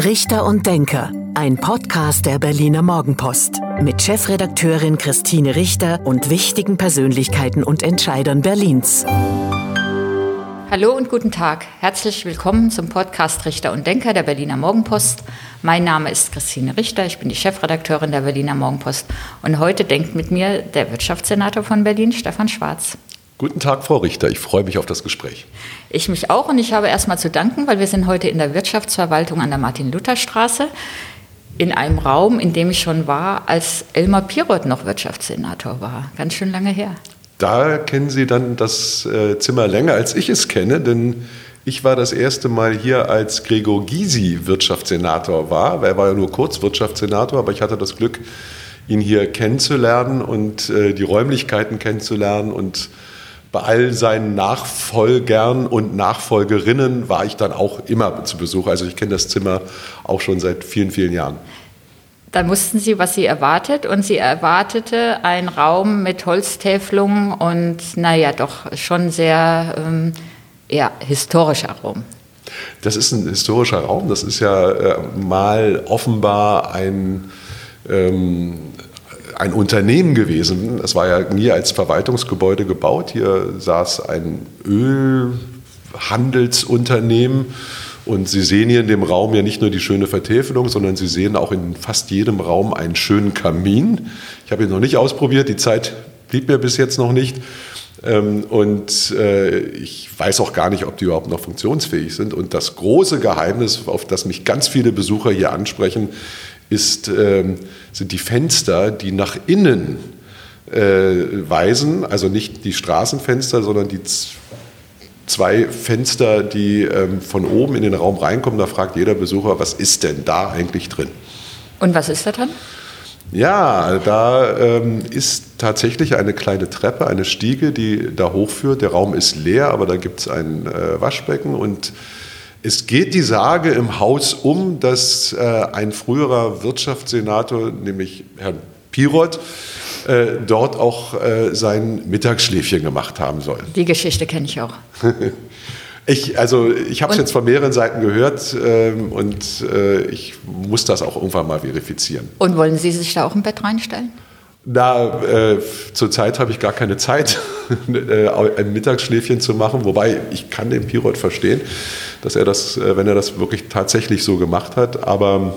Richter und Denker, ein Podcast der Berliner Morgenpost mit Chefredakteurin Christine Richter und wichtigen Persönlichkeiten und Entscheidern Berlins. Hallo und guten Tag. Herzlich willkommen zum Podcast Richter und Denker der Berliner Morgenpost. Mein Name ist Christine Richter, ich bin die Chefredakteurin der Berliner Morgenpost. Und heute denkt mit mir der Wirtschaftssenator von Berlin, Stefan Schwarz. Guten Tag, Frau Richter. Ich freue mich auf das Gespräch. Ich mich auch und ich habe erstmal zu danken, weil wir sind heute in der Wirtschaftsverwaltung an der Martin-Luther-Straße in einem Raum, in dem ich schon war, als Elmar Piroth noch Wirtschaftssenator war. Ganz schön lange her. Da kennen Sie dann das Zimmer länger, als ich es kenne, denn ich war das erste Mal hier, als Gregor Gysi Wirtschaftssenator war. Er war ja nur kurz Wirtschaftssenator, aber ich hatte das Glück, ihn hier kennenzulernen und die Räumlichkeiten kennenzulernen. Und bei all seinen Nachfolgern und Nachfolgerinnen war ich dann auch immer zu Besuch. Also ich kenne das Zimmer auch schon seit vielen, vielen Jahren. Dann wussten Sie, was Sie erwartet, und Sie erwartete einen Raum mit Holztäfelung und doch schon sehr historischer Raum. Das ist ein historischer Raum, das ist ja mal offenbar ein Unternehmen gewesen. Es war ja nie als Verwaltungsgebäude gebaut. Hier saß ein Ölhandelsunternehmen. Und Sie sehen hier in dem Raum ja nicht nur die schöne Vertäfelung, sondern Sie sehen auch in fast jedem Raum einen schönen Kamin. Ich habe ihn noch nicht ausprobiert, die Zeit blieb mir bis jetzt noch nicht. Ich weiß auch gar nicht, ob die überhaupt noch funktionsfähig sind. Und das große Geheimnis, auf das mich ganz viele Besucher hier ansprechen, sind die Fenster, die nach innen weisen. Also nicht die Straßenfenster, sondern die zwei Fenster, die von oben in den Raum reinkommen. Da fragt jeder Besucher, was ist denn da eigentlich drin? Und was ist da drin? Ja, da ist tatsächlich eine kleine Treppe, eine Stiege, die da hochführt. Der Raum ist leer, aber da gibt es ein Waschbecken. Und es geht die Sage im Haus um, dass ein früherer Wirtschaftssenator, nämlich Herr Piroth, dort auch sein Mittagsschläfchen gemacht haben soll. Die Geschichte kenne ich auch. Ich habe es jetzt von mehreren Seiten gehört ich muss das auch irgendwann mal verifizieren. Und wollen Sie sich da auch im Bett reinstellen? Zurzeit habe ich gar keine Zeit, ein Mittagsschläfchen zu machen. Wobei, ich kann den Piroth verstehen, dass er das, wenn er das wirklich tatsächlich so gemacht hat. Aber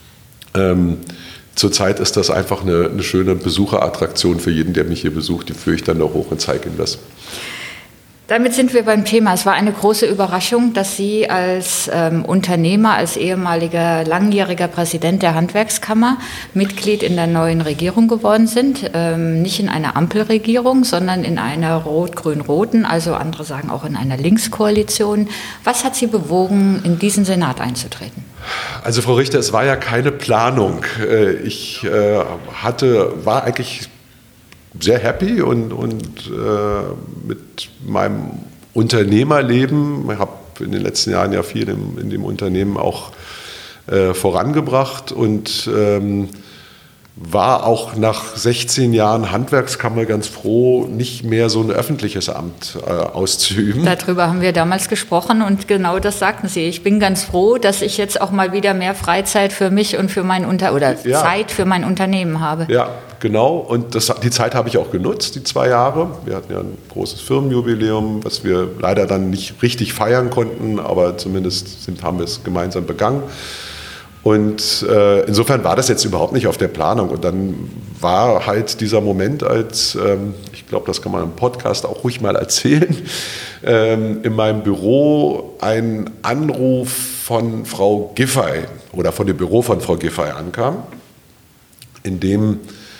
zurzeit ist das einfach eine schöne Besucherattraktion für jeden, der mich hier besucht. Die führe ich dann noch hoch und zeige ihm das. Damit sind wir beim Thema. Es war eine große Überraschung, dass Sie als Unternehmer, als ehemaliger langjähriger Präsident der Handwerkskammer Mitglied in der neuen Regierung geworden sind. Nicht in einer Ampelregierung, sondern in einer rot-grün-roten, also andere sagen auch in einer Linkskoalition. Was hat Sie bewogen, in diesen Senat einzutreten? Also Frau Richter, es war ja keine Planung. Ich war eigentlich sehr happy und mit meinem Unternehmerleben. Ich habe in den letzten Jahren ja viel in dem Unternehmen auch vorangebracht und war auch nach 16 Jahren Handwerkskammer ganz froh, nicht mehr so ein öffentliches Amt auszuüben. Darüber haben wir damals gesprochen und genau das sagten Sie. Ich bin ganz froh, dass ich jetzt auch mal wieder mehr Freizeit für mich und für mein Zeit für mein Unternehmen habe. Ja, genau. Und die Zeit habe ich auch genutzt, die 2 Jahre. Wir hatten ja ein großes Firmenjubiläum, was wir leider dann nicht richtig feiern konnten, aber zumindest haben wir es gemeinsam begangen. Und insofern war das jetzt überhaupt nicht auf der Planung. Und dann war halt dieser Moment, als, ich glaube, das kann man im Podcast auch ruhig mal erzählen, in meinem Büro ein Anruf von Frau Giffey oder von dem Büro von Frau Giffey ankam, in dem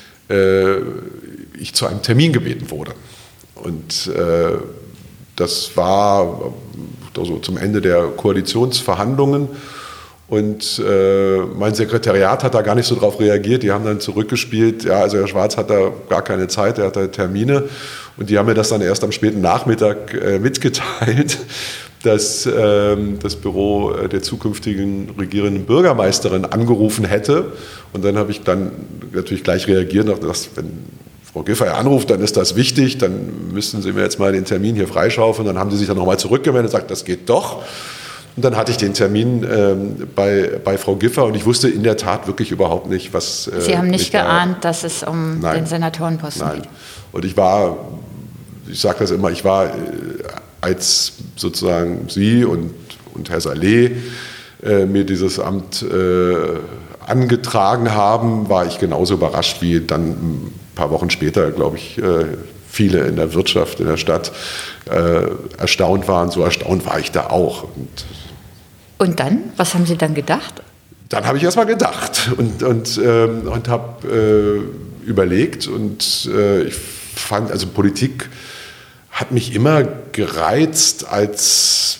ich zu einem Termin gebeten wurde. Und das war also zum Ende der Koalitionsverhandlungen. Und mein Sekretariat hat da gar nicht so drauf reagiert. Die haben dann zurückgespielt, ja, also Herr Schwarz hat da gar keine Zeit, er hat da Termine. Und die haben mir das dann erst am späten Nachmittag mitgeteilt, dass das Büro der zukünftigen regierenden Bürgermeisterin angerufen hätte. Und dann habe ich dann natürlich gleich reagiert, dass wenn Frau Giffey anruft, dann ist das wichtig, dann müssten Sie mir jetzt mal den Termin hier freischaufeln. Dann haben sie sich dann nochmal zurückgemeldet und gesagt, das geht doch. Und dann hatte ich den Termin bei Frau Giffey und ich wusste in der Tat wirklich überhaupt nicht, was... Sie haben nicht geahnt, dass es um den Senatorenposten geht? Und ich sage das immer, ich war, als sozusagen Sie und Herr Saleh mir dieses Amt angetragen haben, war ich genauso überrascht wie dann ein paar Wochen später, glaube ich, viele in der Wirtschaft, in der Stadt erstaunt waren. So erstaunt war ich da auch. Und dann? Was haben Sie dann gedacht? Dann habe ich erst mal gedacht und habe überlegt und ich fand, also Politik hat mich immer gereizt als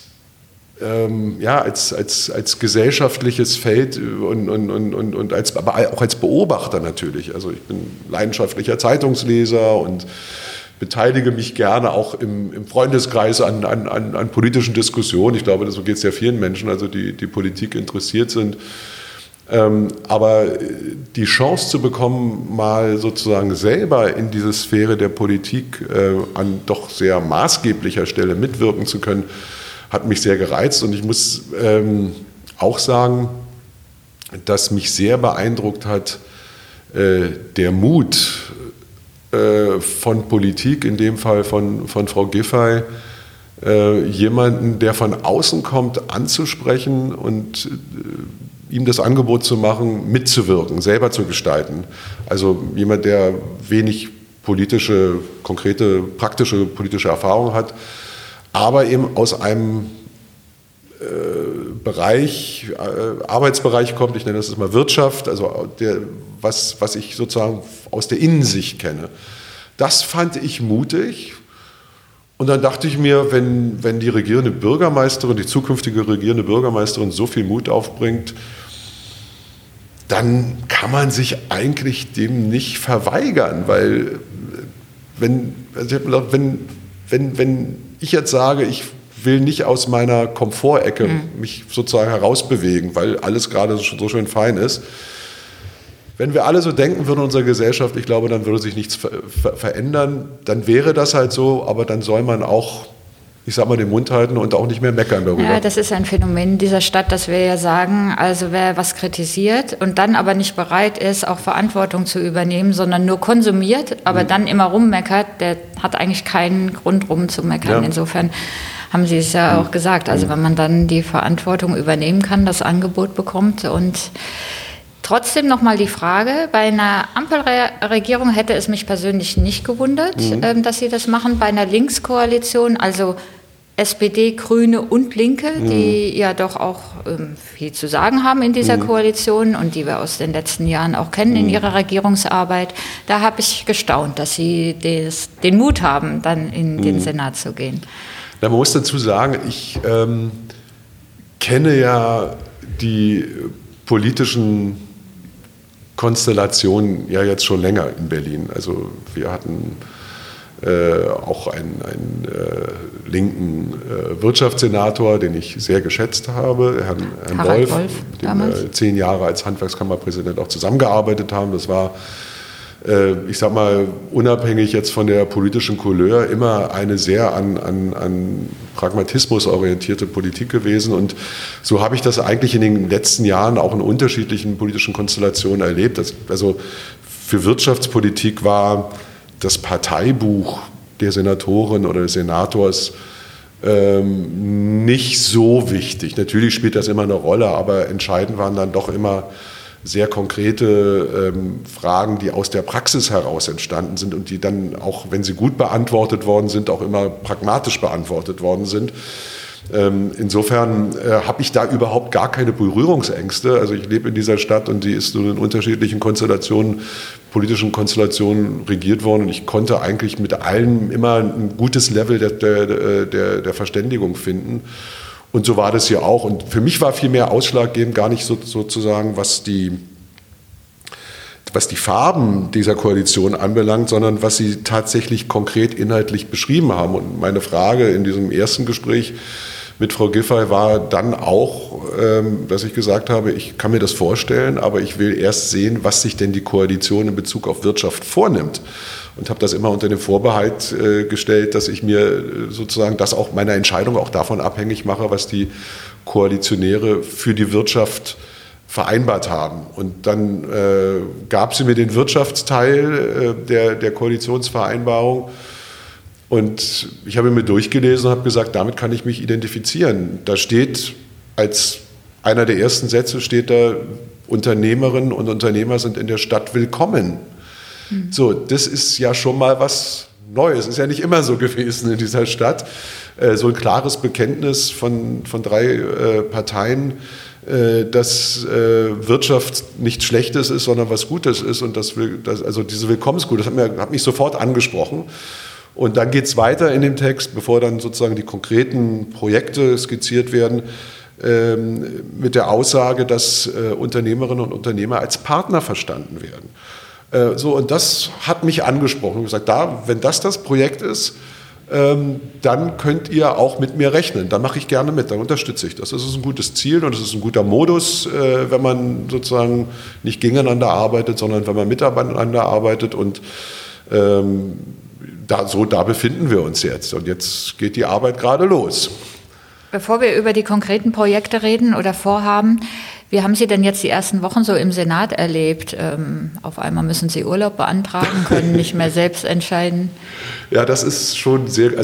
gesellschaftliches Feld und aber auch als Beobachter natürlich. Also ich bin leidenschaftlicher Zeitungsleser und beteilige mich gerne auch im Freundeskreis an politischen Diskussionen. Ich glaube, so geht es ja vielen Menschen, also die Politik interessiert sind. Aber die Chance zu bekommen, mal sozusagen selber in diese Sphäre der Politik an doch sehr maßgeblicher Stelle mitwirken zu können, hat mich sehr gereizt. Und ich muss auch sagen, dass mich sehr beeindruckt hat der Mut von Politik, in dem Fall von Frau Giffey, jemanden, der von außen kommt, anzusprechen und ihm das Angebot zu machen, mitzuwirken, selber zu gestalten. Also jemand, der wenig konkrete, praktische politische Erfahrung hat, aber eben aus einem Arbeitsbereich kommt, ich nenne das jetzt mal Wirtschaft, also was ich sozusagen aus der Innensicht kenne. Das fand ich mutig. Und dann dachte ich mir, wenn die regierende Bürgermeisterin, die zukünftige regierende Bürgermeisterin so viel Mut aufbringt, dann kann man sich eigentlich dem nicht verweigern, weil wenn ich jetzt sage, ich will nicht aus meiner Komfortecke mich sozusagen herausbewegen, weil alles gerade so schön fein ist. Wenn wir alle so denken würden in unserer Gesellschaft, ich glaube, dann würde sich nichts verändern. Dann wäre das halt so, aber dann soll man auch, ich sag mal, den Mund halten und auch nicht mehr meckern darüber. Ja, das ist ein Phänomen dieser Stadt, dass wir ja sagen, also wer was kritisiert und dann aber nicht bereit ist, auch Verantwortung zu übernehmen, sondern nur konsumiert, aber dann immer rummeckert, der hat eigentlich keinen Grund rumzumeckern. Ja. Insofern haben Sie es ja auch gesagt. Also wenn man dann die Verantwortung übernehmen kann, das Angebot bekommt und trotzdem nochmal die Frage, bei einer Ampelregierung hätte es mich persönlich nicht gewundert, dass Sie das machen. Bei einer Linkskoalition, also SPD, Grüne und Linke, die ja doch auch viel zu sagen haben in dieser Koalition und die wir aus den letzten Jahren auch kennen in ihrer Regierungsarbeit, da habe ich gestaunt, dass Sie den Mut haben, dann in den Senat zu gehen. Na, man muss dazu sagen, ich kenne ja die politischen Konstellation ja jetzt schon länger in Berlin. Also wir hatten auch einen linken Wirtschaftssenator, den ich sehr geschätzt habe, Herrn Wolf, mit dem wir 10 Jahre als Handwerkskammerpräsident auch zusammengearbeitet haben. Das war, ich sag mal, unabhängig jetzt von der politischen Couleur, immer eine sehr an Pragmatismus orientierte Politik gewesen. Und so habe ich das eigentlich in den letzten Jahren auch in unterschiedlichen politischen Konstellationen erlebt. Also für Wirtschaftspolitik war das Parteibuch der Senatorin oder des Senators nicht so wichtig. Natürlich spielt das immer eine Rolle, aber entscheidend waren dann doch immer sehr konkrete Fragen, die aus der Praxis heraus entstanden sind und die dann auch, wenn sie gut beantwortet worden sind, auch immer pragmatisch beantwortet worden sind. Insofern habe ich da überhaupt gar keine Berührungsängste. Also ich lebe in dieser Stadt und die ist so in unterschiedlichen politischen Konstellationen regiert worden und ich konnte eigentlich mit allen immer ein gutes Level der Verständigung finden. Und so war das hier auch. Und für mich war viel mehr ausschlaggebend gar nicht sozusagen, was die Farben dieser Koalition anbelangt, sondern was sie tatsächlich konkret inhaltlich beschrieben haben. Und meine Frage in diesem ersten Gespräch mit Frau Giffey war dann auch, dass ich gesagt habe, ich kann mir das vorstellen, aber ich will erst sehen, was sich denn die Koalition in Bezug auf Wirtschaft vornimmt. und habe das immer unter den Vorbehalt gestellt, dass ich mir sozusagen meine Entscheidung auch davon abhängig mache, was die Koalitionäre für die Wirtschaft vereinbart haben. Und dann gab sie mir den Wirtschaftsteil der Koalitionsvereinbarung und ich habe mir durchgelesen und habe gesagt, damit kann ich mich identifizieren. Da steht als einer der ersten Sätze steht da, Unternehmerinnen und Unternehmer sind in der Stadt willkommen. So, das ist ja schon mal was Neues. Ist ja nicht immer so gewesen in dieser Stadt. So ein klares Bekenntnis von 3 Parteien, dass Wirtschaft nichts Schlechtes ist, sondern was Gutes ist. Und also diese Willkommensgut, das hat mich sofort angesprochen. Und dann geht es weiter in dem Text, bevor dann sozusagen die konkreten Projekte skizziert werden, mit der Aussage, dass Unternehmerinnen und Unternehmer als Partner verstanden werden. Und das hat mich angesprochen. Ich habe gesagt, wenn das Projekt ist, dann könnt ihr auch mit mir rechnen. Dann mache ich gerne mit, dann unterstütze ich das. Das ist ein gutes Ziel und es ist ein guter Modus, wenn man sozusagen nicht gegeneinander arbeitet, sondern wenn man miteinander arbeitet. Und da befinden wir uns jetzt. Und jetzt geht die Arbeit gerade los. Bevor wir über die konkreten Projekte reden oder Vorhaben, wie haben Sie denn jetzt die ersten Wochen so im Senat erlebt? Auf einmal müssen Sie Urlaub beantragen, können nicht mehr selbst entscheiden. Ja, das ist schon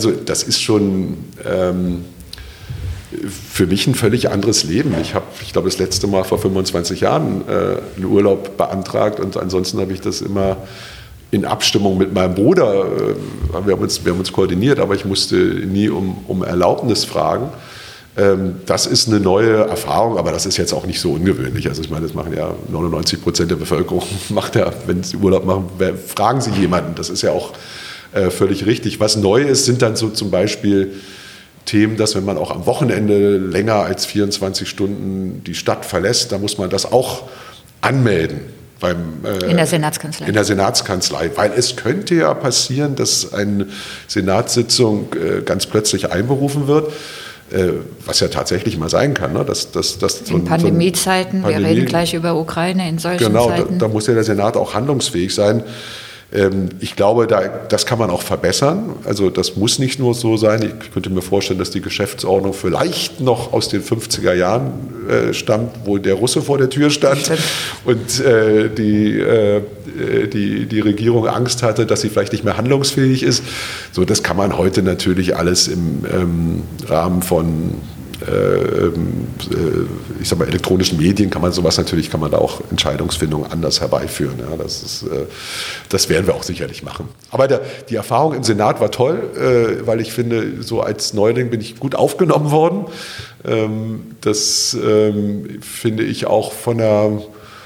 für mich ein völlig anderes Leben. Ich glaube, das letzte Mal vor 25 Jahren einen Urlaub beantragt und ansonsten habe ich das immer in Abstimmung mit meinem Bruder, wir haben uns koordiniert, aber ich musste nie um Erlaubnis fragen. Das ist eine neue Erfahrung, aber das ist jetzt auch nicht so ungewöhnlich. Also ich meine, das machen ja 99% der Bevölkerung, wenn sie Urlaub machen, fragen sie jemanden. Das ist ja auch völlig richtig. Was neu ist, sind dann so zum Beispiel Themen, dass wenn man auch am Wochenende länger als 24 Stunden die Stadt verlässt, dann muss man das auch anmelden. In der Senatskanzlei. In der Senatskanzlei, weil es könnte ja passieren, dass eine Senatssitzung ganz plötzlich einberufen wird, was ja tatsächlich mal sein kann. Ne? In Pandemiezeiten, wir reden gleich über Ukraine in solchen Zeiten. Genau, da muss ja der Senat auch handlungsfähig sein. Ich glaube, das kann man auch verbessern. Also das muss nicht nur so sein. Ich könnte mir vorstellen, dass die Geschäftsordnung vielleicht noch aus den 50er Jahren stammt, wo der Russe vor der Tür stand und die Regierung Angst hatte, dass sie vielleicht nicht mehr handlungsfähig ist. So, das kann man heute natürlich alles im Rahmen von ich sag mal, elektronischen Medien kann man da auch Entscheidungsfindung anders herbeiführen. Ja, das werden wir auch sicherlich machen. Aber die Erfahrung im Senat war toll, weil ich finde, so als Neuling bin ich gut aufgenommen worden. Das finde ich auch von einer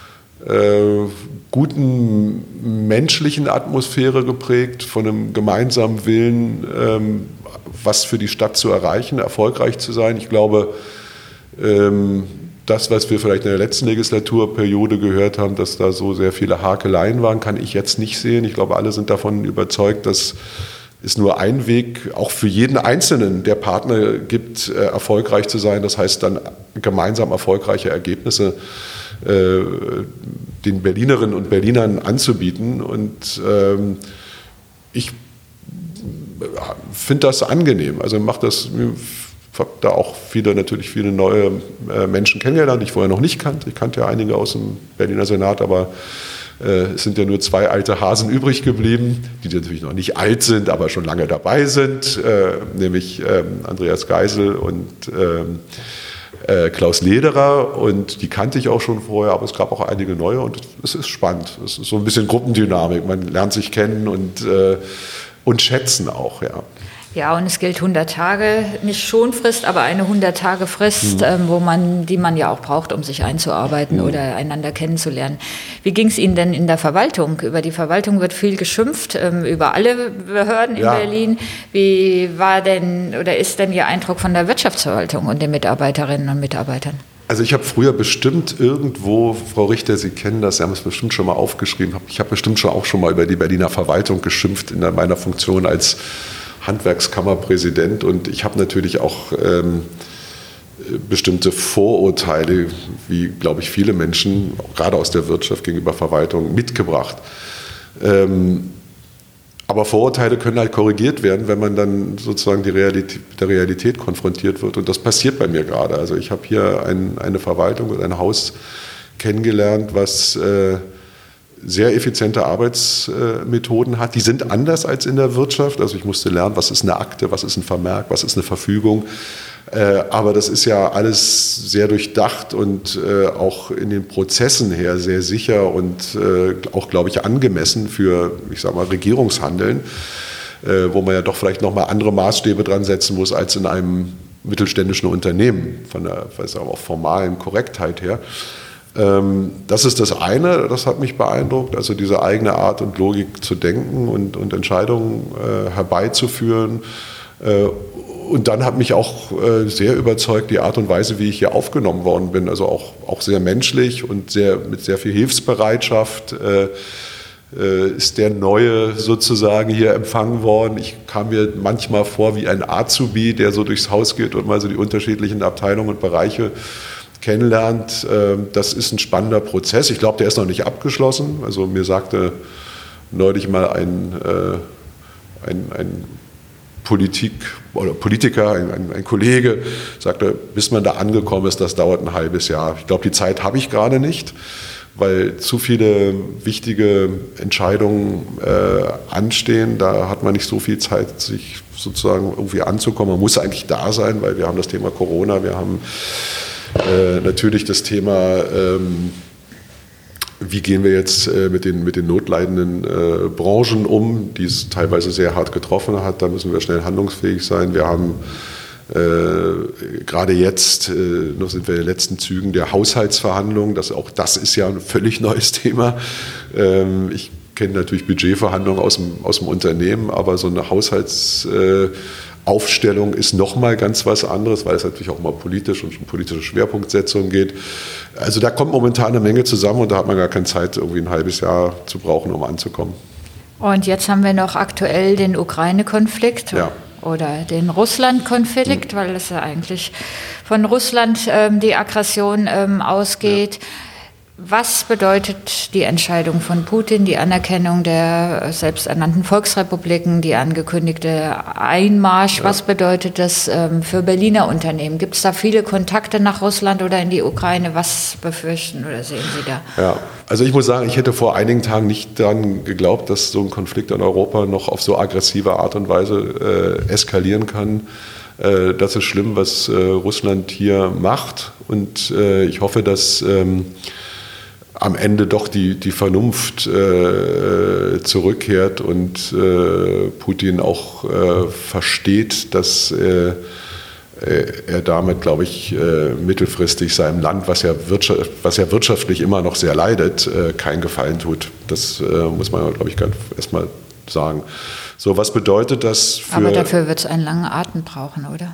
guten menschlichen Atmosphäre geprägt, von einem gemeinsamen Willen, was für die Stadt zu erreichen, erfolgreich zu sein. Ich glaube, das, was wir vielleicht in der letzten Legislaturperiode gehört haben, dass da so sehr viele Hakeleien waren, kann ich jetzt nicht sehen. Ich glaube, alle sind davon überzeugt, dass es nur einen Weg auch für jeden Einzelnen der Partner gibt, erfolgreich zu sein. Das heißt dann gemeinsam erfolgreiche Ergebnisse den Berlinerinnen und Berlinern anzubieten. Und ich finde das angenehm. Also ich habe da auch viele neue Menschen kennengelernt, die ich vorher noch nicht kannte. Ich kannte ja einige aus dem Berliner Senat, aber es sind ja nur 2 alte Hasen übrig geblieben, die natürlich noch nicht alt sind, aber schon lange dabei sind, nämlich Andreas Geisel und Klaus Lederer, und die kannte ich auch schon vorher, aber es gab auch einige neue und es ist spannend. Es ist so ein bisschen Gruppendynamik, man lernt sich kennen und schätzen auch, ja. Ja, und es gilt 100 Tage, nicht Schonfrist, aber eine 100-Tage-Frist, die man ja auch braucht, um sich einzuarbeiten oder einander kennenzulernen. Wie ging es Ihnen denn in der Verwaltung? Über die Verwaltung wird viel geschimpft, über alle Behörden in Berlin. Wie war denn oder ist denn Ihr Eindruck von der Wirtschaftsverwaltung und den Mitarbeiterinnen und Mitarbeitern? Also ich habe früher bestimmt irgendwo, Frau Richter, Sie kennen das, Sie haben es bestimmt schon mal aufgeschrieben, ich habe bestimmt auch schon mal über die Berliner Verwaltung geschimpft in meiner Funktion als Handwerkskammerpräsident, und ich habe natürlich auch bestimmte Vorurteile, wie, glaube ich, viele Menschen, gerade aus der Wirtschaft gegenüber Verwaltung, mitgebracht. Aber Vorurteile können halt korrigiert werden, wenn man dann sozusagen der Realität konfrontiert wird. Und das passiert bei mir gerade. Also ich habe hier eine Verwaltung und ein Haus kennengelernt, was sehr effiziente Arbeitsmethoden hat. Die sind anders als in der Wirtschaft. Also ich musste lernen, was ist eine Akte, was ist ein Vermerk, was ist eine Verfügung. Aber das ist ja alles sehr durchdacht und auch in den Prozessen her sehr sicher und auch, glaube ich, angemessen für, ich sage mal, Regierungshandeln, wo man ja doch vielleicht nochmal andere Maßstäbe dran setzen muss als in einem mittelständischen Unternehmen, von der auch formalen Korrektheit her. Das ist das eine, das hat mich beeindruckt, also diese eigene Art und Logik zu denken und Entscheidungen herbeizuführen. Und dann hat mich auch sehr überzeugt die Art und Weise, wie ich hier aufgenommen worden bin, also auch sehr menschlich und mit sehr viel Hilfsbereitschaft ist der Neue sozusagen hier empfangen worden. Ich kam mir manchmal vor wie ein Azubi, der so durchs Haus geht und mal so die unterschiedlichen Abteilungen und Bereiche kennenlernt. Das ist ein spannender Prozess. Ich glaube, der ist noch nicht abgeschlossen. Also mir sagte neulich mal ein Politiker, ein Kollege, sagte, bis man da angekommen ist, das dauert ein halbes Jahr. Ich glaube, die Zeit habe ich gerade nicht, weil zu viele wichtige Entscheidungen anstehen. Da hat man nicht so viel Zeit, sich sozusagen irgendwie anzukommen. Man muss eigentlich da sein, weil wir haben das Thema Corona, wir haben natürlich das Thema, wie gehen wir jetzt mit den notleidenden Branchen um, die es teilweise sehr hart getroffen hat. Da müssen wir schnell handlungsfähig sein. Wir haben gerade jetzt, noch sind wir in den letzten Zügen der Haushaltsverhandlungen. Auch das ist ja ein völlig neues Thema. Ich kenne natürlich Budgetverhandlungen aus dem Unternehmen, aber so eine Haushaltsaufstellung ist nochmal ganz was anderes, weil es natürlich auch mal politisch und um politische Schwerpunktsetzung geht. Also da kommt momentan eine Menge zusammen und da hat man gar keine Zeit, irgendwie ein halbes Jahr zu brauchen, um anzukommen. Und jetzt haben wir noch aktuell den Ukraine-Konflikt. Ja. Oder den Russland-Konflikt, weil es ja eigentlich von Russland die Aggression ausgeht. Ja. Was bedeutet die Entscheidung von Putin, die Anerkennung der selbsternannten Volksrepubliken, die angekündigte Einmarsch? Ja. Was bedeutet das für Berliner Unternehmen? Gibt es da viele Kontakte nach Russland oder in die Ukraine? Was befürchten oder sehen Sie da? Ja, also ich muss sagen, ich hätte vor einigen Tagen nicht daran geglaubt, dass so ein Konflikt in Europa noch auf so aggressive Art und Weise eskalieren kann. Das ist schlimm, was Russland hier macht. Und ich hoffe, dass am Ende doch die Vernunft zurückkehrt und Putin auch versteht, dass er damit, glaube ich, mittelfristig seinem Land, was ja wirtschaftlich immer noch sehr leidet, keinen Gefallen tut. Das muss man, glaube ich, erstmal sagen. So, was bedeutet das für... Aber dafür wird es einen langen Atem brauchen, oder?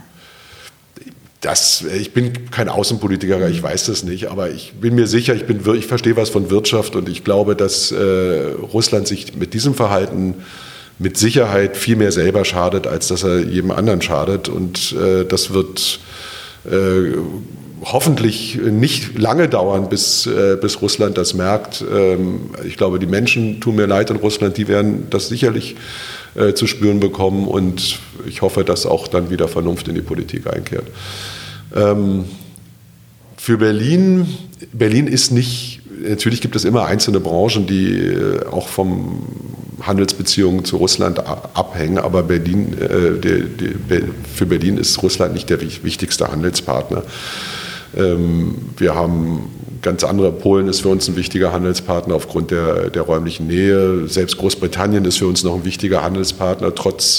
Ich bin kein Außenpolitiker, ich weiß das nicht, aber ich bin mir sicher, ich verstehe was von Wirtschaft und ich glaube, dass Russland sich mit diesem Verhalten mit Sicherheit viel mehr selber schadet, als dass er jedem anderen schadet. Und das wird hoffentlich nicht lange dauern, bis Russland das merkt. Ich glaube, die Menschen tun mir leid in Russland, die werden das sicherlich zu spüren bekommen und ich hoffe, dass auch dann wieder Vernunft in die Politik einkehrt. Für Berlin ist nicht, natürlich gibt es immer einzelne Branchen, die auch von Handelsbeziehungen zu Russland abhängen, aber für Berlin ist Russland nicht der wichtigste Handelspartner. Wir haben ganz andere, Polen ist für uns ein wichtiger Handelspartner aufgrund der räumlichen Nähe. Selbst Großbritannien ist für uns noch ein wichtiger Handelspartner, trotz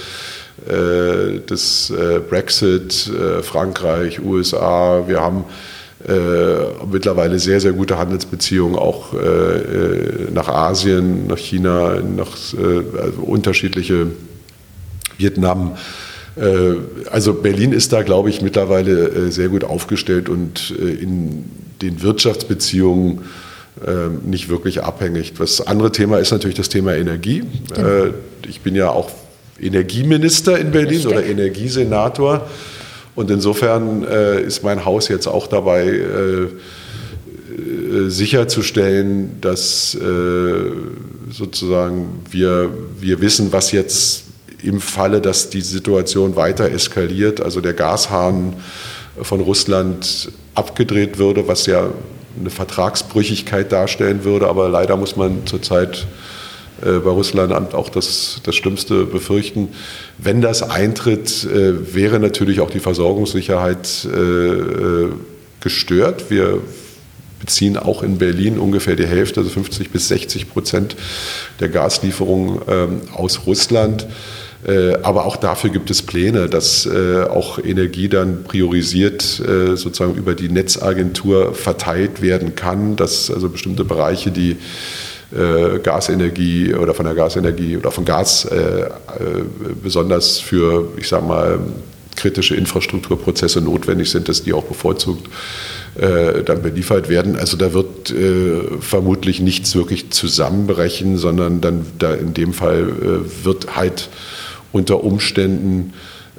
des Brexit, Frankreich, USA. Wir haben mittlerweile sehr, sehr gute Handelsbeziehungen auch nach Asien, nach China, also unterschiedliche Vietnam. Also Berlin ist da, glaube ich, mittlerweile sehr gut aufgestellt und in den Wirtschaftsbeziehungen nicht wirklich abhängig. Das andere Thema ist natürlich das Thema Energie. Genau. Ich bin ja auch Energieminister in Berlin. Richtig. Oder Energiesenator. Und insofern ist mein Haus jetzt auch dabei, sicherzustellen, dass sozusagen wir wissen, was jetzt im Falle, dass die Situation weiter eskaliert, also der Gashahn von Russland abgedreht würde, was ja eine Vertragsbrüchigkeit darstellen würde. Aber leider muss man zurzeit bei Russland auch das Schlimmste befürchten. Wenn das eintritt, wäre natürlich auch die Versorgungssicherheit gestört. Wir beziehen auch in Berlin ungefähr die Hälfte, also 50-60% der Gaslieferungen aus Russland. Aber auch dafür gibt es Pläne, dass auch Energie dann priorisiert sozusagen über die Netzagentur verteilt werden kann, dass also bestimmte Bereiche, die Gasenergie oder von der Gasenergie oder von Gas besonders für, ich sag mal, kritische Infrastrukturprozesse notwendig sind, dass die auch bevorzugt dann beliefert werden. Also da wird vermutlich nichts wirklich zusammenbrechen, sondern dann da in dem Fall wird halt unter Umständen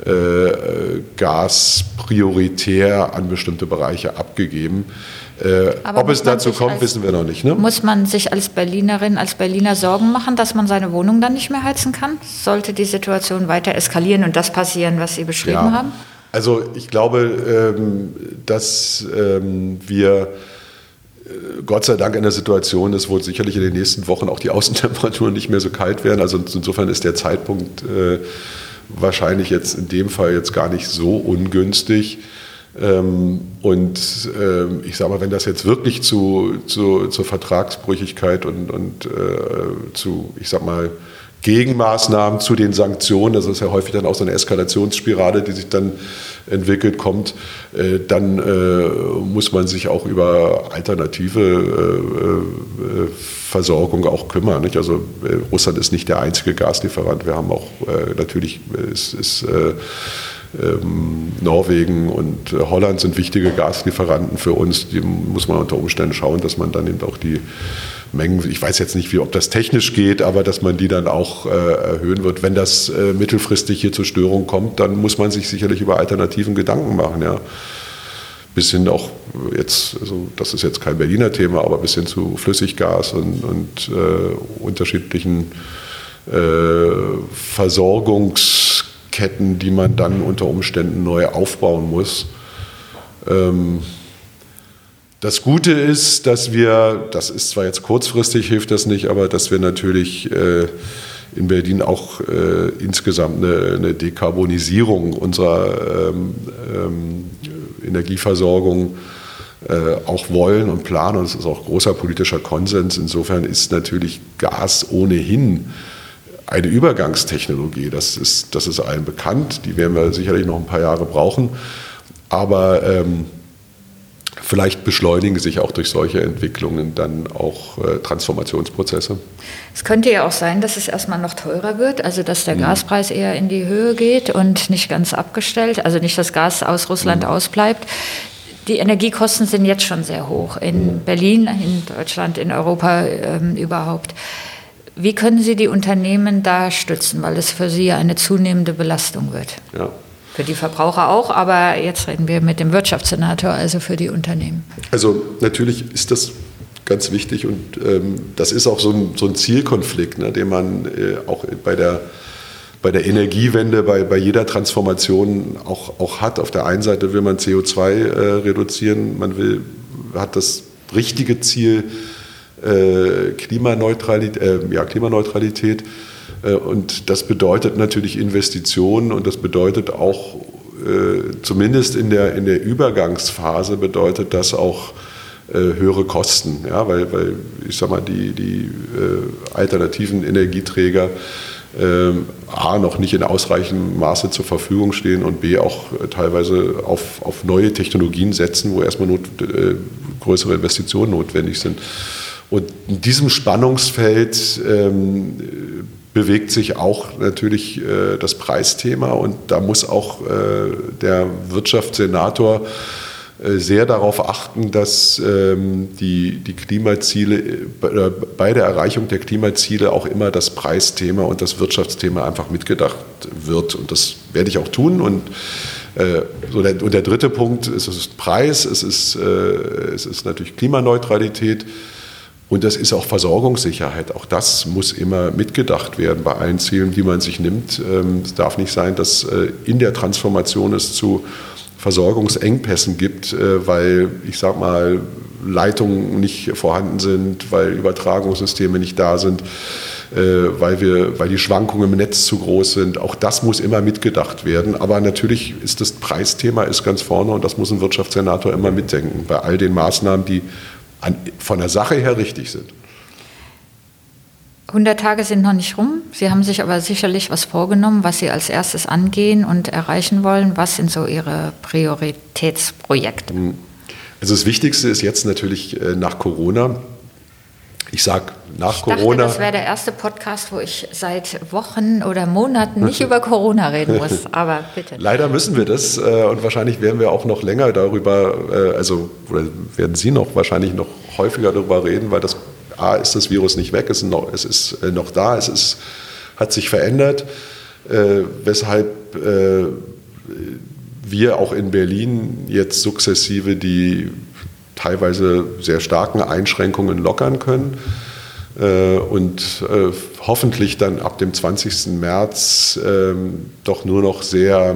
Gas prioritär an bestimmte Bereiche abgegeben. Ob es dazu kommt, wissen wir noch nicht. Ne? Muss man sich als Berlinerin, als Berliner Sorgen machen, dass man seine Wohnung dann nicht mehr heizen kann? Sollte die Situation weiter eskalieren und das passieren, was Sie beschrieben haben? Also ich glaube, dass wir Gott sei Dank in der Situation ist, wo sicherlich in den nächsten Wochen auch die Außentemperaturen nicht mehr so kalt werden. Also insofern ist der Zeitpunkt wahrscheinlich jetzt in dem Fall jetzt gar nicht so ungünstig. Und ich sage mal, wenn das jetzt wirklich zur Vertragsbrüchigkeit und zu, ich sag mal, Gegenmaßnahmen zu den Sanktionen, das ist ja häufig dann auch so eine Eskalationsspirale, die sich dann entwickelt, kommt, dann muss man sich auch über alternative Versorgung auch kümmern. Nicht? Also Russland ist nicht der einzige Gaslieferant. Wir haben auch natürlich Norwegen und Holland sind wichtige Gaslieferanten für uns. Die muss man unter Umständen schauen, dass man dann eben auch die Mengen, ich weiß jetzt nicht, ob das technisch geht, aber dass man die dann auch erhöhen wird. Wenn das mittelfristig hier zur Störung kommt, dann muss man sich sicherlich über alternativen Gedanken machen. Ja. Bis hin auch jetzt, also das ist jetzt kein Berliner Thema, aber bis hin zu Flüssiggas und unterschiedlichen Versorgungsketten, die man dann unter Umständen neu aufbauen muss. Das Gute ist, dass wir, das ist zwar jetzt kurzfristig, hilft das nicht, aber dass wir natürlich in Berlin auch insgesamt eine Dekarbonisierung unserer Energieversorgung auch wollen und planen. Und es ist auch großer politischer Konsens. Insofern ist natürlich Gas ohnehin eine Übergangstechnologie. Das ist allen bekannt. Die werden wir sicherlich noch ein paar Jahre brauchen. Aber vielleicht beschleunigen sich auch durch solche Entwicklungen dann auch Transformationsprozesse. Es könnte ja auch sein, dass es erstmal noch teurer wird, also dass der Gaspreis eher in die Höhe geht und nicht ganz abgestellt, also nicht das Gas aus Russland ausbleibt. Die Energiekosten sind jetzt schon sehr hoch in Berlin, in Deutschland, in Europa überhaupt. Wie können Sie die Unternehmen da stützen, weil es für Sie eine zunehmende Belastung wird? Ja. Für die Verbraucher auch, aber jetzt reden wir mit dem Wirtschaftssenator, also für die Unternehmen. Also natürlich ist das ganz wichtig und das ist auch so ein Zielkonflikt, ne, den man auch bei der Energiewende, bei jeder Transformation auch hat. Auf der einen Seite will man CO2 reduzieren, hat das richtige Ziel Klimaneutralität. Und das bedeutet natürlich Investitionen und das bedeutet auch, zumindest in der Übergangsphase, bedeutet das auch höhere Kosten. Ja, weil ich sag mal, die alternativen Energieträger A, noch nicht in ausreichendem Maße zur Verfügung stehen und B, auch teilweise auf neue Technologien setzen, wo erstmal größere Investitionen notwendig sind. Und in diesem Spannungsfeld bewegt sich auch natürlich das Preisthema und da muss auch der Wirtschaftssenator sehr darauf achten, dass die Klimaziele, bei der Erreichung der Klimaziele auch immer das Preisthema und das Wirtschaftsthema einfach mitgedacht wird. Und das werde ich auch tun und Und der dritte Punkt ist Preis, es ist natürlich Klimaneutralität und das ist auch Versorgungssicherheit. Auch das muss immer mitgedacht werden bei allen Zielen, die man sich nimmt. Es darf nicht sein, dass in der Transformation es zu Versorgungsengpässen gibt, weil, ich sag mal, Leitungen nicht vorhanden sind, weil Übertragungssysteme nicht da sind, weil die Schwankungen im Netz zu groß sind. Auch das muss immer mitgedacht werden. Aber natürlich ist das Preisthema ganz vorne und das muss ein Wirtschaftssenator immer mitdenken, bei all den Maßnahmen, die von der Sache her richtig sind. 100 Tage sind noch nicht rum. Sie haben sich aber sicherlich was vorgenommen, was Sie als erstes angehen und erreichen wollen. Was sind so Ihre Prioritätsprojekte? Also das Wichtigste ist jetzt natürlich nach Corona. Ich sage nach Corona. Das wäre der erste Podcast, wo ich seit Wochen oder Monaten nicht über Corona reden muss. Aber bitte. Leider müssen wir das und wahrscheinlich werden wir auch noch länger darüber, oder werden Sie wahrscheinlich noch häufiger darüber reden, weil ist das Virus nicht weg, es ist noch da, hat sich verändert, weshalb wir auch in Berlin jetzt sukzessive die teilweise sehr starken Einschränkungen lockern können und hoffentlich dann ab dem 20. März doch nur noch sehr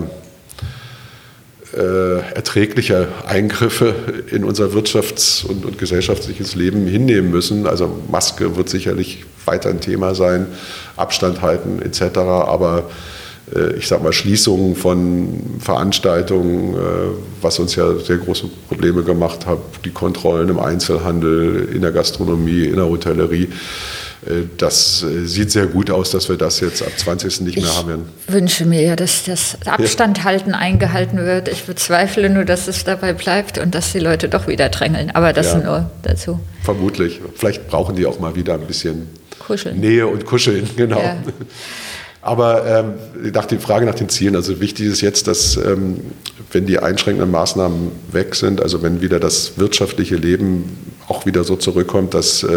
erträgliche Eingriffe in unser wirtschafts- und gesellschaftliches Leben hinnehmen müssen. Also Maske wird sicherlich weiter ein Thema sein, Abstand halten etc. Aber ich sage mal, Schließungen von Veranstaltungen, was uns ja sehr große Probleme gemacht hat, die Kontrollen im Einzelhandel, in der Gastronomie, in der Hotellerie. Das sieht sehr gut aus, dass wir das jetzt ab 20. nicht mehr haben. Ich wünsche mir ja, dass das Abstandhalten eingehalten wird. Ich bezweifle nur, dass es dabei bleibt und dass die Leute doch wieder drängeln. Aber das nur dazu. Vermutlich. Vielleicht brauchen die auch mal wieder ein bisschen Kuscheln. Nähe und Kuscheln, genau. Ja. Aber die Frage nach den Zielen, also wichtig ist jetzt, dass wenn die einschränkenden Maßnahmen weg sind, also wenn wieder das wirtschaftliche Leben auch wieder so zurückkommt,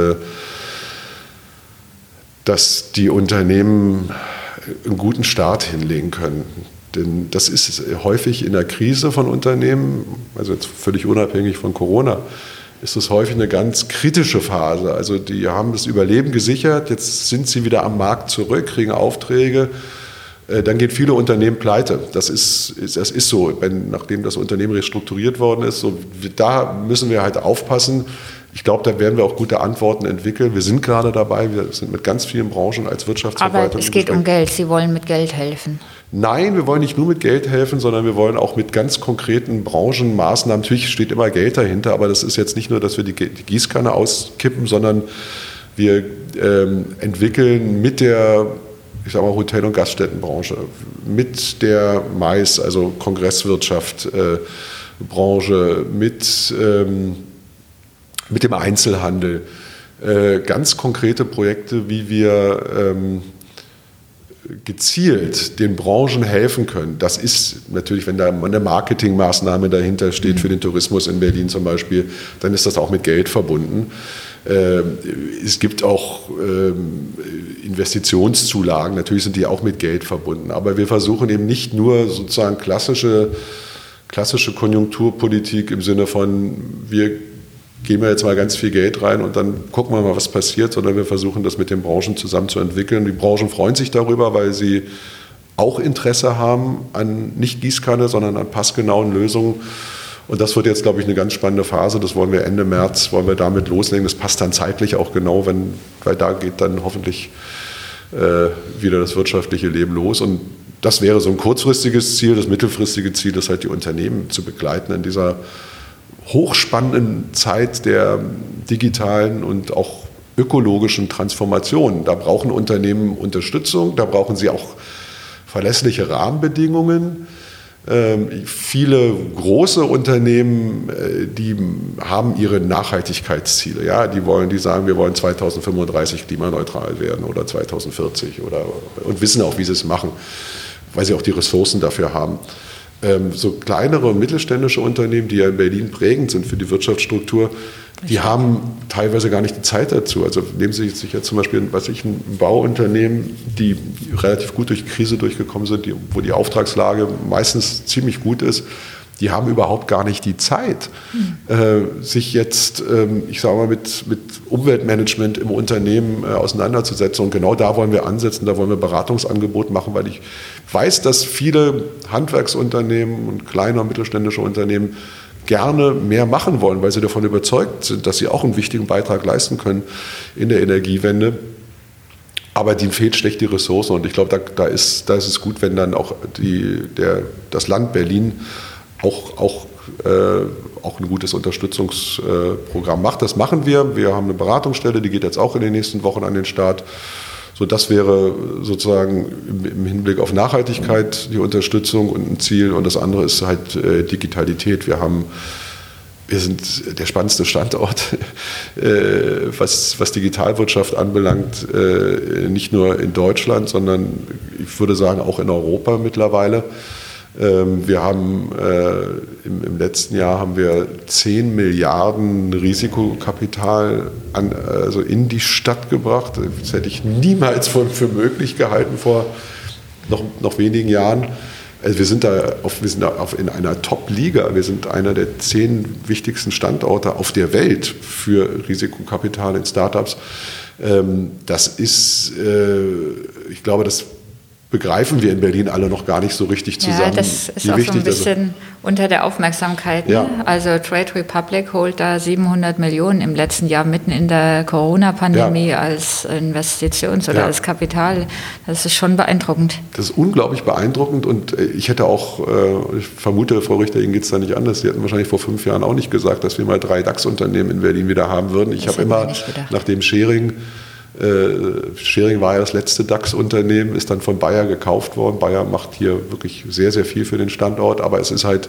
dass die Unternehmen einen guten Start hinlegen können. Denn das ist häufig in der Krise von Unternehmen, also jetzt völlig unabhängig von Corona, ist es häufig eine ganz kritische Phase. Also die haben das Überleben gesichert, jetzt sind sie wieder am Markt zurück, kriegen Aufträge, dann gehen viele Unternehmen pleite. Das ist so, nachdem das Unternehmen restrukturiert worden ist. So, da müssen wir halt aufpassen. Ich glaube, da werden wir auch gute Antworten entwickeln. Wir sind gerade dabei, wir sind mit ganz vielen Branchen als Wirtschaftsverwaltung. Aber es geht um Geld, Sie wollen mit Geld helfen. Nein, wir wollen nicht nur mit Geld helfen, sondern wir wollen auch mit ganz konkreten Branchenmaßnahmen, natürlich steht immer Geld dahinter, aber das ist jetzt nicht nur, dass wir die Gießkanne auskippen, sondern wir entwickeln mit der, ich sag mal, Hotel- und Gaststättenbranche, mit der Mais, also Kongresswirtschaft, Branche, mit dem Einzelhandel, ganz konkrete Projekte, wie wir gezielt den Branchen helfen können. Das ist natürlich, wenn da eine Marketingmaßnahme dahinter steht für den Tourismus in Berlin zum Beispiel, dann ist das auch mit Geld verbunden. Es gibt auch Investitionszulagen, natürlich sind die auch mit Geld verbunden. Aber wir versuchen eben nicht nur sozusagen klassische Konjunkturpolitik im Sinne von, wir geben wir jetzt mal ganz viel Geld rein und dann gucken wir mal, was passiert, sondern wir versuchen, das mit den Branchen zusammen zu entwickeln. Die Branchen freuen sich darüber, weil sie auch Interesse haben an nicht Gießkanne, sondern an passgenauen Lösungen. Und das wird jetzt, glaube ich, eine ganz spannende Phase. Das wollen wir Ende März, damit loslegen. Das passt dann zeitlich auch genau, weil da geht dann hoffentlich wieder das wirtschaftliche Leben los. Und das wäre so ein kurzfristiges Ziel. Das mittelfristige Ziel ist halt, die Unternehmen zu begleiten in dieser hochspannenden Zeit der digitalen und auch ökologischen Transformation. Da brauchen Unternehmen Unterstützung, da brauchen sie auch verlässliche Rahmenbedingungen. Viele große Unternehmen, die haben ihre Nachhaltigkeitsziele. Ja, die sagen, wir wollen 2035 klimaneutral werden oder 2040 und wissen auch, wie sie es machen, weil sie auch die Ressourcen dafür haben. So kleinere und mittelständische Unternehmen, die ja in Berlin prägend sind für die Wirtschaftsstruktur, die haben teilweise gar nicht die Zeit dazu. Also nehmen Sie sich jetzt zum Beispiel ein Bauunternehmen, die relativ gut durch die Krise durchgekommen sind, wo die Auftragslage meistens ziemlich gut ist. Die haben überhaupt gar nicht die Zeit, sich jetzt, ich sage mal, mit Umweltmanagement im Unternehmen auseinanderzusetzen. Und genau da wollen wir ansetzen, da wollen wir Beratungsangebot machen, weil ich weiß, dass viele Handwerksunternehmen und kleine und mittelständische Unternehmen gerne mehr machen wollen, weil sie davon überzeugt sind, dass sie auch einen wichtigen Beitrag leisten können in der Energiewende. Aber denen fehlt schlecht die Ressourcen. Und ich glaube, da ist es gut, wenn dann auch das Land Berlin auch ein gutes Unterstützungsprogramm macht. Das machen wir. Wir haben eine Beratungsstelle, die geht jetzt auch in den nächsten Wochen an den Start. So, das wäre sozusagen im Hinblick auf Nachhaltigkeit die Unterstützung und ein Ziel. Und das andere ist halt Digitalität. Wir sind der spannendste Standort, was Digitalwirtschaft anbelangt, nicht nur in Deutschland, sondern ich würde sagen auch in Europa mittlerweile. Wir haben im letzten Jahr haben wir 10 Milliarden Risikokapital in die Stadt gebracht. Das hätte ich niemals für möglich gehalten vor noch wenigen Jahren. Also wir sind in einer Top-Liga. Wir sind einer der 10 wichtigsten Standorte auf der Welt für Risikokapital in Startups. Das ist, ich glaube, das begreifen wir in Berlin alle noch gar nicht so richtig zusammen. Ja, das ist auch so ein bisschen unter der Aufmerksamkeit. Ne? Ja. Also Trade Republic holt da 700 Millionen im letzten Jahr mitten in der Corona-Pandemie als Investitions- oder als Kapital. Das ist schon beeindruckend. Das ist unglaublich beeindruckend und ich hätte auch, ich vermute, Frau Richter, Ihnen geht es da nicht anders. Sie hätten wahrscheinlich vor 5 Jahren auch nicht gesagt, dass wir mal 3 DAX-Unternehmen in Berlin wieder haben würden. Ich habe immer, nachdem Schering war ja das letzte DAX-Unternehmen, ist dann von Bayer gekauft worden. Bayer macht hier wirklich sehr, sehr viel für den Standort, aber es ist hat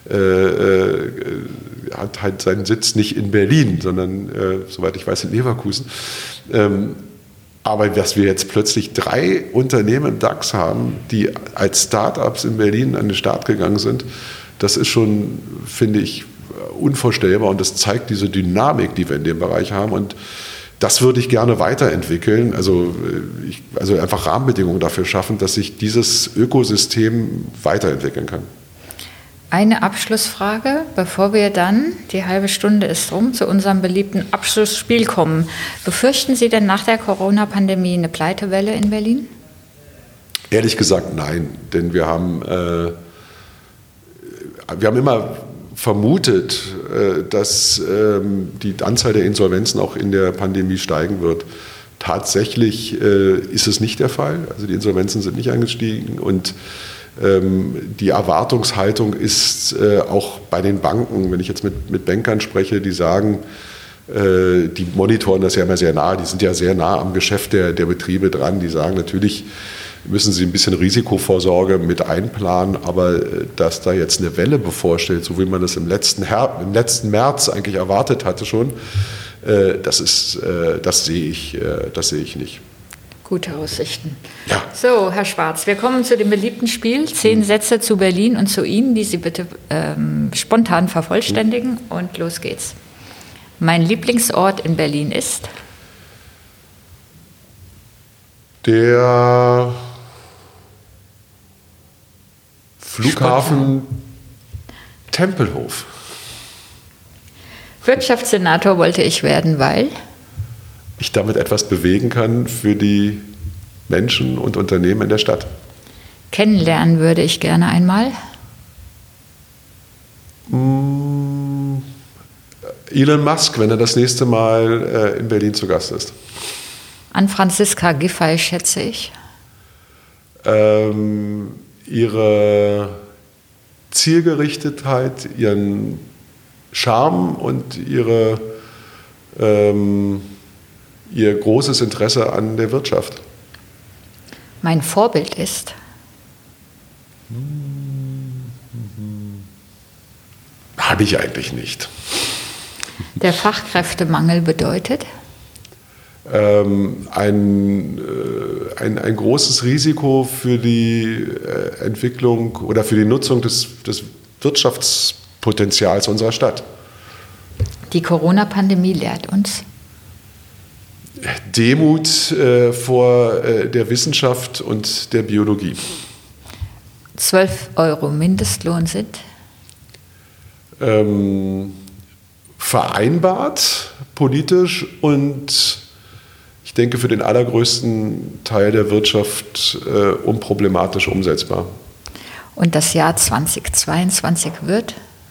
halt seinen Sitz nicht in Berlin, sondern, soweit ich weiß, in Leverkusen. Aber dass wir jetzt plötzlich 3 Unternehmen im DAX haben, die als Start-ups in Berlin an den Start gegangen sind, das ist schon, finde ich, unvorstellbar und das zeigt diese Dynamik, die wir in dem Bereich haben und das würde ich gerne weiterentwickeln, also einfach Rahmenbedingungen dafür schaffen, dass sich dieses Ökosystem weiterentwickeln kann. Eine Abschlussfrage, bevor wir dann, die halbe Stunde ist rum, zu unserem beliebten Abschlussspiel kommen. Befürchten Sie denn nach der Corona-Pandemie eine Pleitewelle in Berlin? Ehrlich gesagt nein, denn wir haben immer vermutet, dass die Anzahl der Insolvenzen auch in der Pandemie steigen wird. Tatsächlich ist es nicht der Fall. Also die Insolvenzen sind nicht angestiegen und die Erwartungshaltung ist auch bei den Banken, wenn ich jetzt mit Bankern spreche, die sagen, die monitoren das ja immer sehr nah, die sind ja sehr nah am Geschäft der Betriebe dran, die sagen natürlich, müssen Sie ein bisschen Risikovorsorge mit einplanen, aber dass da jetzt eine Welle bevorsteht, so wie man das im letzten März eigentlich erwartet hatte schon, das sehe ich nicht. Gute Aussichten. Ja. So, Herr Schwarz, wir kommen zu dem beliebten Spiel. 10 Sätze zu Berlin und zu Ihnen, die Sie bitte spontan vervollständigen. Und los geht's. Mein Lieblingsort in Berlin ist? Der Flughafen Tempelhof. Wirtschaftssenator wollte ich werden, weil? Ich damit etwas bewegen kann für die Menschen und Unternehmen in der Stadt. Kennenlernen würde ich gerne einmal? Elon Musk, wenn er das nächste Mal in Berlin zu Gast ist. An Franziska Giffey schätze ich? Ihre Zielgerichtetheit, ihren Charme und ihr großes Interesse an der Wirtschaft. Mein Vorbild ist? Habe ich eigentlich nicht. Der Fachkräftemangel bedeutet? ein großes Risiko für die Entwicklung oder für die Nutzung des Wirtschaftspotenzials unserer Stadt. Die Corona-Pandemie lehrt uns Demut vor der Wissenschaft und der Biologie. 12 € Mindestlohn sind vereinbart politisch und ich denke für den allergrößten Teil der Wirtschaft unproblematisch umsetzbar. Und das Jahr 2022 wird?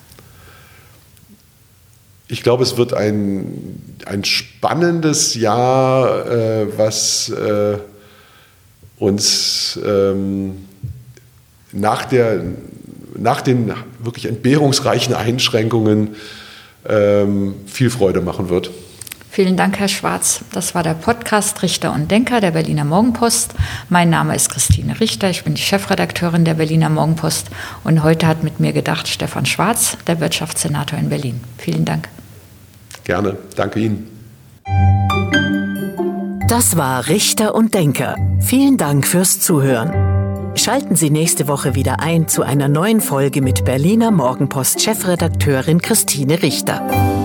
Ich glaube, es wird ein spannendes Jahr, was uns nach den wirklich entbehrungsreichen Einschränkungen viel Freude machen wird. Vielen Dank, Herr Schwarz. Das war der Podcast Richter und Denker der Berliner Morgenpost. Mein Name ist Christine Richter, ich bin die Chefredakteurin der Berliner Morgenpost und heute hat mit mir gedacht Stefan Schwarz, der Wirtschaftssenator in Berlin. Vielen Dank. Gerne, danke Ihnen. Das war Richter und Denker. Vielen Dank fürs Zuhören. Schalten Sie nächste Woche wieder ein zu einer neuen Folge mit Berliner Morgenpost-Chefredakteurin Christine Richter.